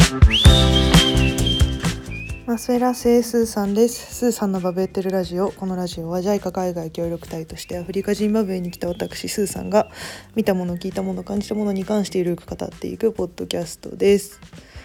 マスエラセイスーさんです。スーさんのバブエテルラジオ。このラジオは JICA 海外協力隊としてアフリカジンバブエに来た私スーさんが見たもの聞いたもの感じたものに関してゆるく語っていくポッドキャストです。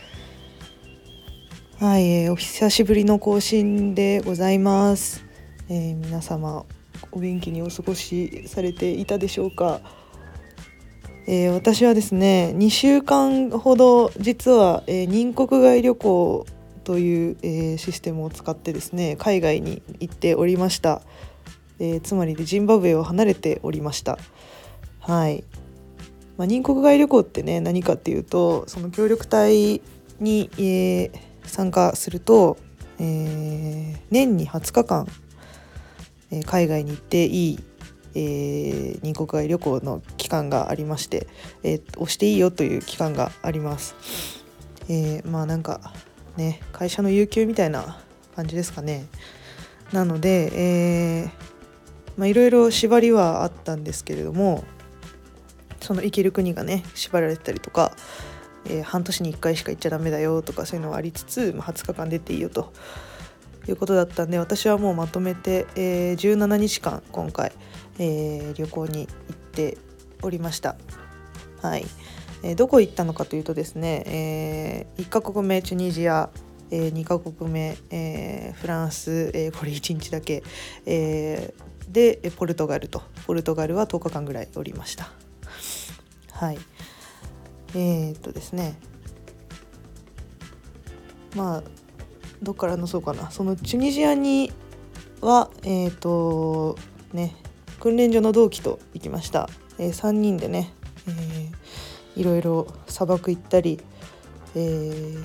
はい、お久しぶりの更新でございます。皆様お元気にお過ごしされていたでしょうか。私はですね2週間ほど実は、任国外旅行という、システムを使ってですね海外に行っておりました。つまりでジンバブエを離れておりました。はい、任国外旅行ってね何かっていうと、その協力隊に、参加すると、年に20日間、海外に行っていい、任国外旅行の期間がありまして、押していいよという期間があります。なんかね会社の有給みたいな感じですかね。なので、いろいろ縛りはあったんですけれども、その行ける国がね縛られてたりとか、半年に1回しか行っちゃダメだよとかそういうのはありつつ、20日間出ていいよということだったんで、私はもうまとめて、17日間今回、旅行に行っておりました。はい、どこ行ったのかというとですね、1カ国目チュニジア、2カ国目、フランス、これ1日だけ、でポルトガルは10日間ぐらいおりました。はい、ですねどっから話そうかな。そのチュニジアには訓練所の同期と行きました。3人でね、いろいろ砂漠行ったり、チュ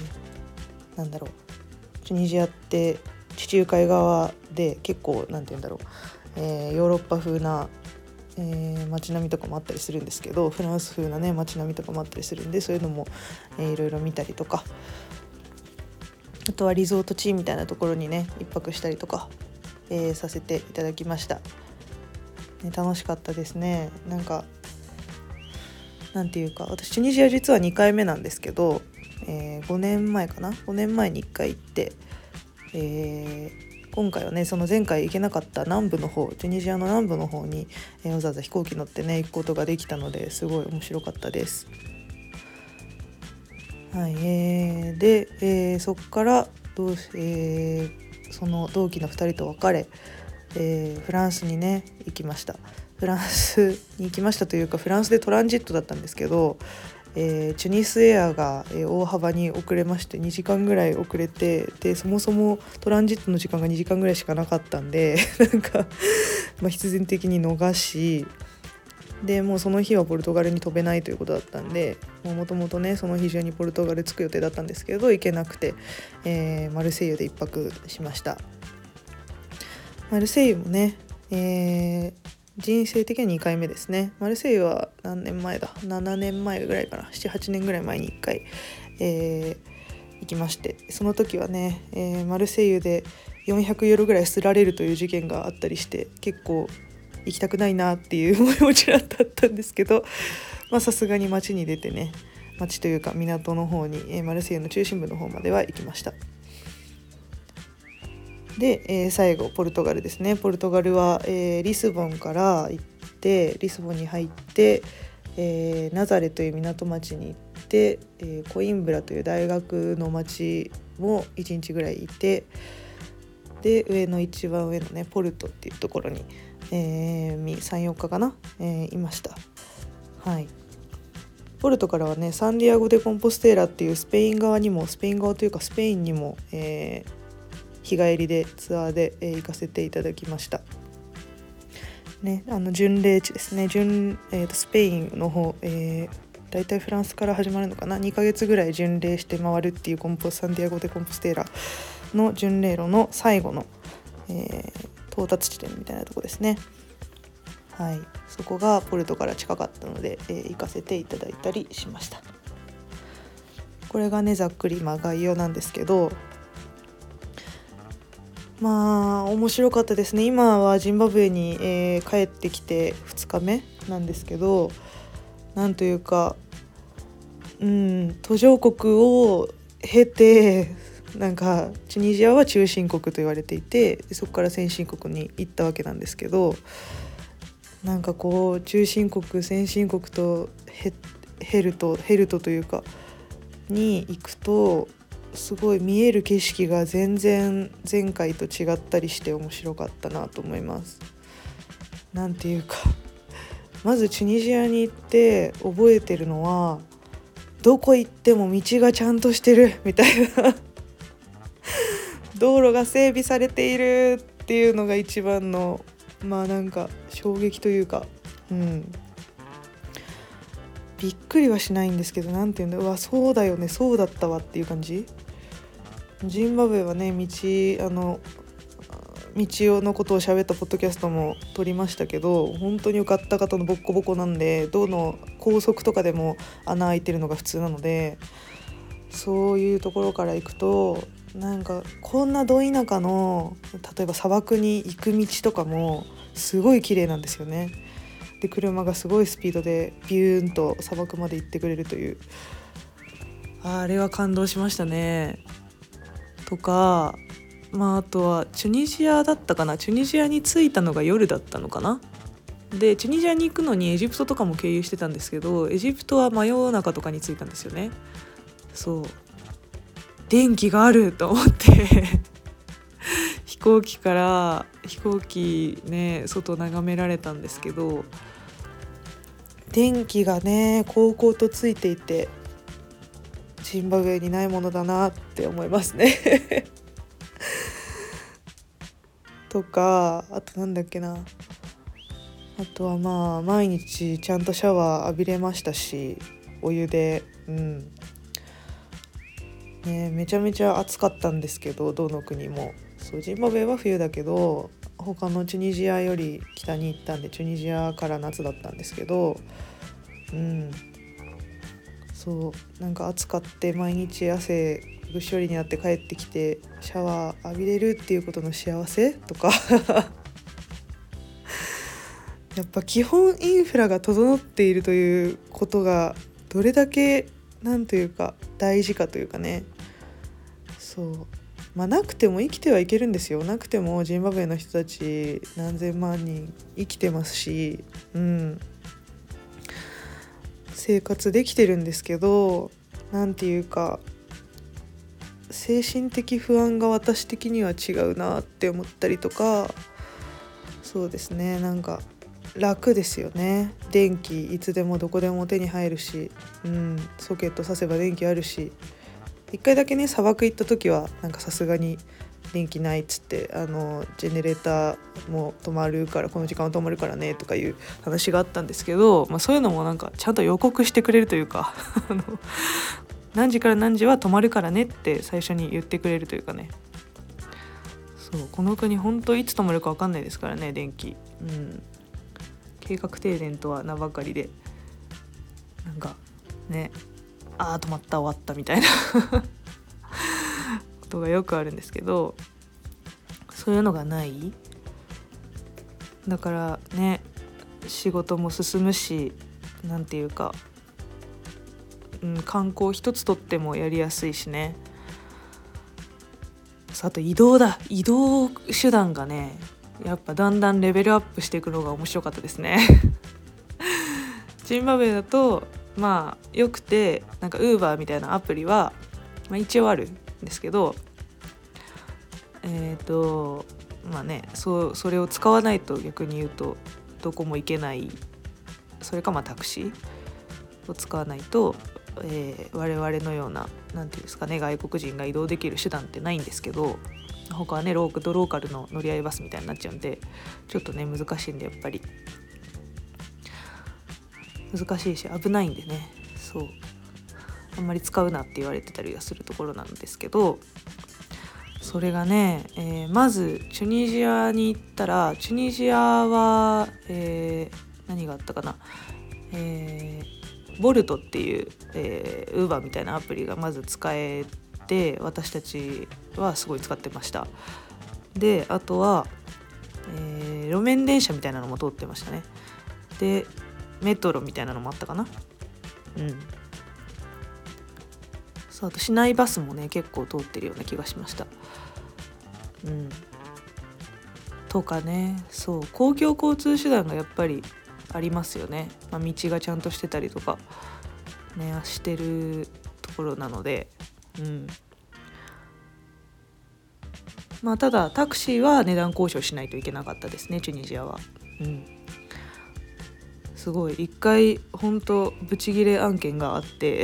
ニジアって地中海側で結構ヨーロッパ風な、街並みとかもあったりするんですけど、フランス風なね街並みとかもあったりするんで、そういうのも、いろいろ見たりとか、あとはリゾート地みたいなところにね一泊したりとか、させていただきました。楽しかったですね。なんていうか、私チュニジア実は2回目なんですけど、5年前に1回行って、今回はねその前回行けなかった南部の方、チュニジアの南部の方に、わざわざ飛行機乗ってね行くことができたので、すごい面白かったです。はい、で、そこからその同期の2人と別れ、フランスにね行きました。フランスに行きましたというか、フランスでトランジットだったんですけど、チュニスエアが、大幅に遅れまして2時間ぐらい遅れて、でそもそもトランジットの時間が2時間ぐらいしかなかったんで必然的に逃し、でもうその日はポルトガルに飛べないということだったんで、もともとねその日中にポルトガル着く予定だったんですけど行けなくて、マルセイユで1泊しました。マルセイユもね、人生的には2回目ですね。マルセイユは何年前だ、7年前ぐらいかな、7、8年ぐらい前に1回、行きまして、その時はね、マルセイユで400ユーロぐらいすられるという事件があったりして、結構行きたくないなっていう思いもちらっとあったんですけど、さすがに街に出てね、街というか港の方に、マルセイユの中心部の方までは行きました。で、最後ポルトガルですね。ポルトガルは、リスボンから行って、リスボンに入って、ナザレという港町に行って、コインブラという大学の町も1日ぐらいいて、で一番上のねポルトっていうところに、3、4日かな、いました。はい、ポルトからはねサンディアゴ・デ・コンポステーラっていうスペイン側にもスペインにも、日帰りでツアーで、行かせていただきましたね。巡礼地ですね。スペインの方、だいたいフランスから始まるのかな、2ヶ月ぐらい巡礼して回るっていうサンディアゴ・デ・コンポステーラの巡礼路の最後の、到達地点みたいなとこですね。はい、そこがポルトから近かったので、行かせていただいたりしました。これがねざっくり概要なんですけど、面白かったですね。今はジンバブエに、帰ってきて2日目なんですけど、なんというか、途上国を経てなんかチュニジアは中心国と言われていて、でそこから先進国に行ったわけなんですけど、なんかこう中心国先進国とヘルトというかに行くとすごい見える景色が全然前回と違ったりして面白かったなと思います。なんていうか、まずチュニジアに行って覚えてるのは、どこ行っても道がちゃんとしてるみたいな道路が整備されているっていうのが一番のなんか衝撃というか、びっくりはしないんですけど、なんていうんだ、うわそうだよね、そうだったわっていう感じ。ジンバブエはね、道のことを喋ったポッドキャストも撮りましたけど、本当に受かった方のボッコボコなんで、どの高速とかでも穴開いてるのが普通なので、そういうところから行くとなんかこんなど田舎の例えば砂漠に行く道とかもすごい綺麗なんですよね。で車がすごいスピードでビューンと砂漠まで行ってくれるという、あれは感動しましたね。とかあとはチュニジアだったかな、チュニジアに着いたのが夜だったのかな。でチュニジアに行くのにエジプトとかも経由してたんですけど、エジプトは真夜中とかに着いたんですよね。そう電気があると思って飛行機ね外眺められたんですけど、電気がねこうこうとついていて、ジンバブエにないものだなって思いますねとか、あとなんだっけな、あとは毎日ちゃんとシャワー浴びれましたし、お湯でめちゃめちゃ暑かったんですけど、どの国もそうジンバブエは冬だけど、他のチュニジアより北に行ったんでチュニジアから夏だったんですけど、そうなんか暑かって毎日汗ぐっしょりになって帰ってきてシャワー浴びれるっていうことの幸せとかやっぱ基本インフラが整っているということがどれだけなんというか大事かというかね。そうなくても生きてはいけるんですよ。なくてもジンバブエの人たち何千万人生きてますし、生活できてるんですけど、なんていうか精神的不安が私的には違うなって思ったりとか、そうですね、なんか楽ですよね。電気いつでもどこでも手に入るし、ソケット挿せば電気あるし、一回だけね砂漠行った時はなんかさすがに電気ないっつって、ジェネレーターも止まるからこの時間は止まるからねとかいう話があったんですけど、そういうのもなんかちゃんと予告してくれるというか何時から何時は止まるからねって最初に言ってくれるというかね。そうこの国本当いつ止まるか分かんないですからね、電気。計画停電とは名ばかりで、なんかね、止まった終わったみたいなことがよくあるんですけど、そういうのがないだからね、仕事も進むし、なんていうか、観光一つとってもやりやすいしね。あと移動手段がねやっぱだんだんレベルアップしていくのが面白かったですねジンバブエだとよくて、なんか Uber みたいなアプリは、一応あるんですけど、それを使わないと逆に言うとどこも行けない。それかタクシーを使わないと、我々のようななんていうんですかね、外国人が移動できる手段ってないんですけど、他はねローカルの乗り合いバスみたいになっちゃうんで、ちょっとね難しいんで、やっぱり難しいし危ないんでね、そうあんまり使うなって言われてたりはするところなんですけど、それがね、まずチュニジアに行ったら、チュニジアは、何があったかな、ボルトっていう、Uber みたいなアプリがまず使えて、私たちはすごい使ってました。であとは、路面電車みたいなのも通ってましたね。でメトロみたいなのもあったかな。 そう、あと市内バスもね結構通ってるような気がしました。とかね、そう公共交通手段がやっぱりありますよね。道がちゃんとしてたりとかねしてるところなので、ただタクシーは値段交渉しないといけなかったですね、チュニジアは。すごい一回本当ブチギレ案件があって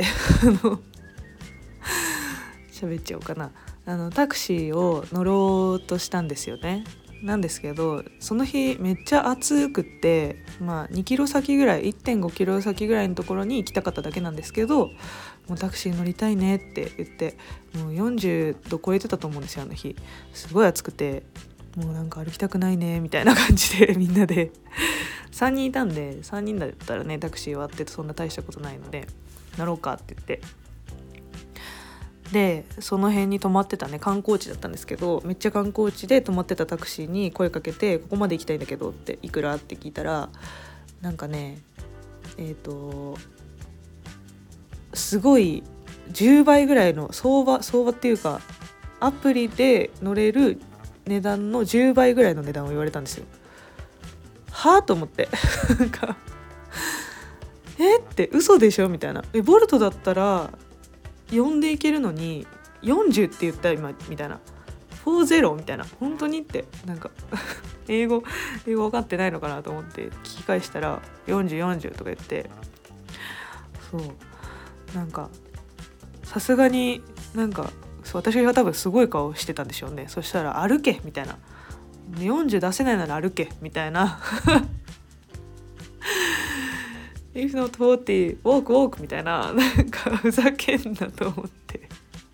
喋っちゃおうかな。タクシーを乗ろうとしたんですよね。なんですけどその日めっちゃ暑くって、2キロ先ぐらい 1.5 キロ先ぐらいのところに行きたかっただけなんですけど、もうタクシー乗りたいねって言って、もう40度超えてたと思うんですよ。あの日すごい暑くて、もうなんか歩きたくないねみたいな感じでみんなで3人いたんで、3人だったらねタクシー割ってそんな大したことないので乗ろうかって言って、でその辺に泊まってたね観光地だったんですけど、めっちゃ観光地で泊まってたタクシーに声かけて、ここまで行きたいんだけどっていくらって聞いたら、なんかねすごい10倍ぐらいの相場っていうかアプリで乗れる値段の10倍ぐらいの値段を言われたんですよ。はぁと思ってなんかって嘘でしょみたいな。ボルトだったら呼んでいけるのに40って言った今みたいな、40みたいな、本当にってなんか英語分かってないのかなと思って聞き返したら40とか言って、そうなんかさすがになんか私が多分すごい顔してたんでしょうね。そしたら歩けみたいな、40出せないなら歩けみたいなIf not 40 walk みたいな、なんかふざけんなと思って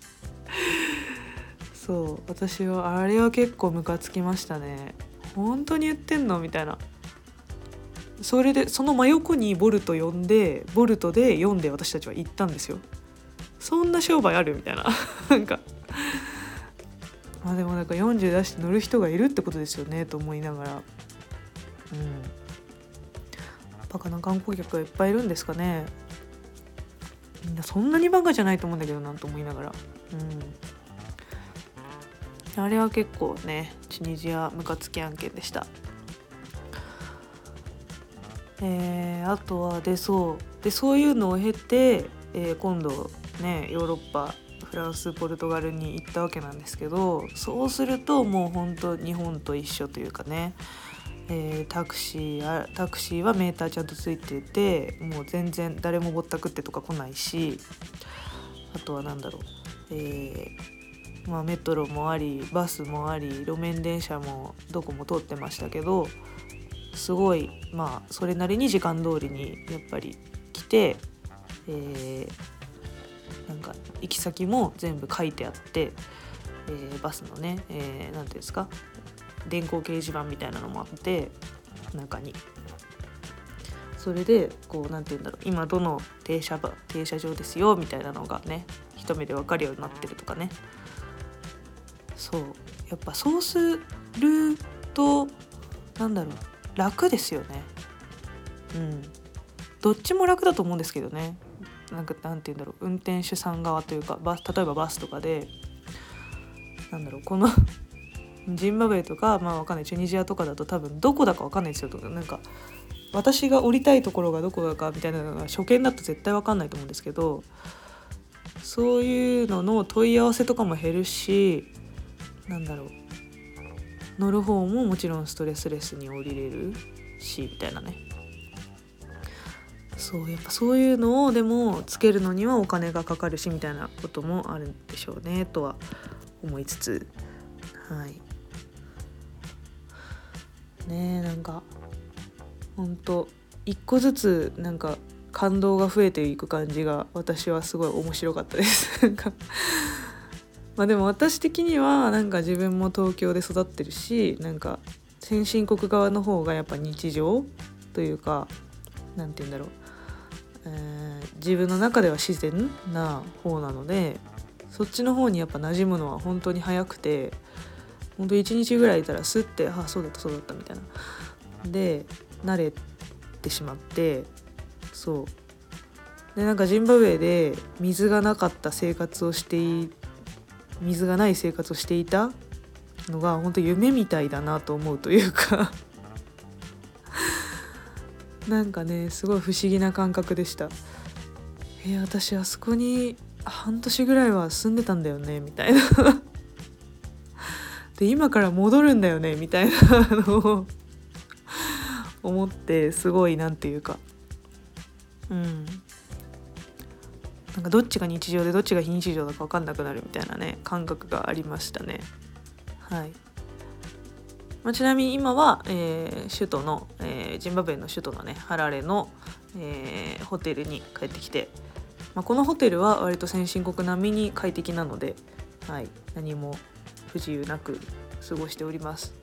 そう、私はあれは結構ムカつきましたね。本当に言ってんのみたいな。それでその真横にボルト呼んで、ボルトで読んで私たちは行ったんですよ。そんな商売あるみたいななんかでもなんか40出して乗る人がいるってことですよねと思いながら、バカな観光客がいっぱいいるんですかね。みんなそんなにバカじゃないと思うんだけどなと思いながら、あれは結構ねチュニジアムカつき案件でした。あとはそういうのを経て、今度ねヨーロッパフランスポルトガルに行ったわけなんですけど、そうするともう本当日本と一緒というかね、タクシーはメーターちゃんとついてて、もう全然誰もぼったくってとか来ないし、あとはなんだろう、メトロもありバスもあり路面電車もどこも通ってましたけど、すごいそれなりに時間通りにやっぱり来て、なんか行き先も全部書いてあって、バスのね、なんていうんですか、電光掲示板みたいなのもあって中に、それでこうなんていうんだろう、今どの停車場ですよみたいなのがね一目で分かるようになってるとかね。そうやっぱそうするとなんだろう、楽ですよね。どっちも楽だと思うんですけどね。なんて言うんだろう、運転手さん側というか例えばバスとかでなんだろう、このジンバブエとかわかんないチュニジアとかだと多分どこだかわかんないですよとか、なんか私が降りたいところがどこだかみたいなのが初見だと絶対わかんないと思うんですけど、そういうのの問い合わせとかも減るし、なんだろう、乗る方ももちろんストレスレスに降りれるしみたいなね。そうやっぱそういうのをでもつけるのにはお金がかかるしみたいなこともあるんでしょうねとは思いつつ、なんかほんと一個ずつなんか感動が増えていく感じが私はすごい面白かったですなんかでも私的にはなんか自分も東京で育ってるし、なんか先進国側の方がやっぱ日常というか、なんて言うんだろう、自分の中では自然な方なので、そっちの方にやっぱ馴染むのは本当に早くて、本当1日ぐらいいたらスッてそうだったみたいなで慣れてしまって、そうでなんかジンバブエで水がない生活をしていたのが本当夢みたいだなと思うというかなんかねすごい不思議な感覚でした。私あそこに半年ぐらいは住んでたんだよねみたいなで今から戻るんだよねみたいなのを思って、すごいなんていうかなんかどっちが日常でどっちが非日常だか分かんなくなるみたいなね感覚がありましたね。はい。ちなみに今は、首都の、ジンバブエの首都のねハラレの、ホテルに帰ってきて、このホテルは割と先進国並みに快適なので、はい、何も不自由なく過ごしております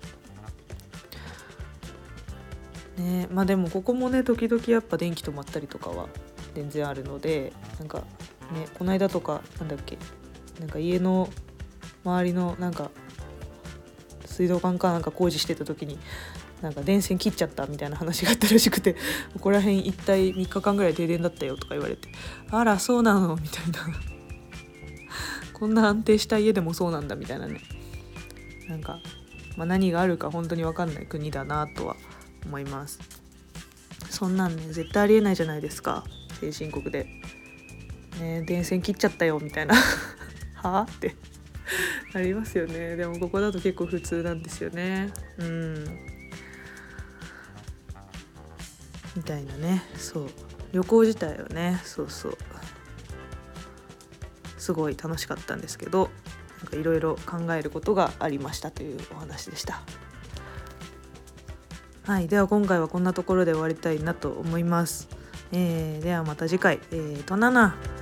ね。でもここもね時々やっぱ電気止まったりとかは全然あるので、なんかねこの間とかなんか家の周りのなんか水道管かなんか工事してた時になんか電線切っちゃったみたいな話があったらしくて、ここら辺一体3日間ぐらい停電だったよとか言われて、あらそうなのみたいなこんな安定した家でもそうなんだみたいなね、なんか、何があるか本当に分かんない国だなとは思います。そんなんね絶対ありえないじゃないですか、先進国で、ね、電線切っちゃったよみたいなはぁってありますよね。でもここだと結構普通なんですよね。みたいなね。そう旅行自体はねそうすごい楽しかったんですけど、なんかいろいろ考えることがありましたというお話でした。はい、では今回はこんなところで終わりたいなと思います。ではまた次回、ナナ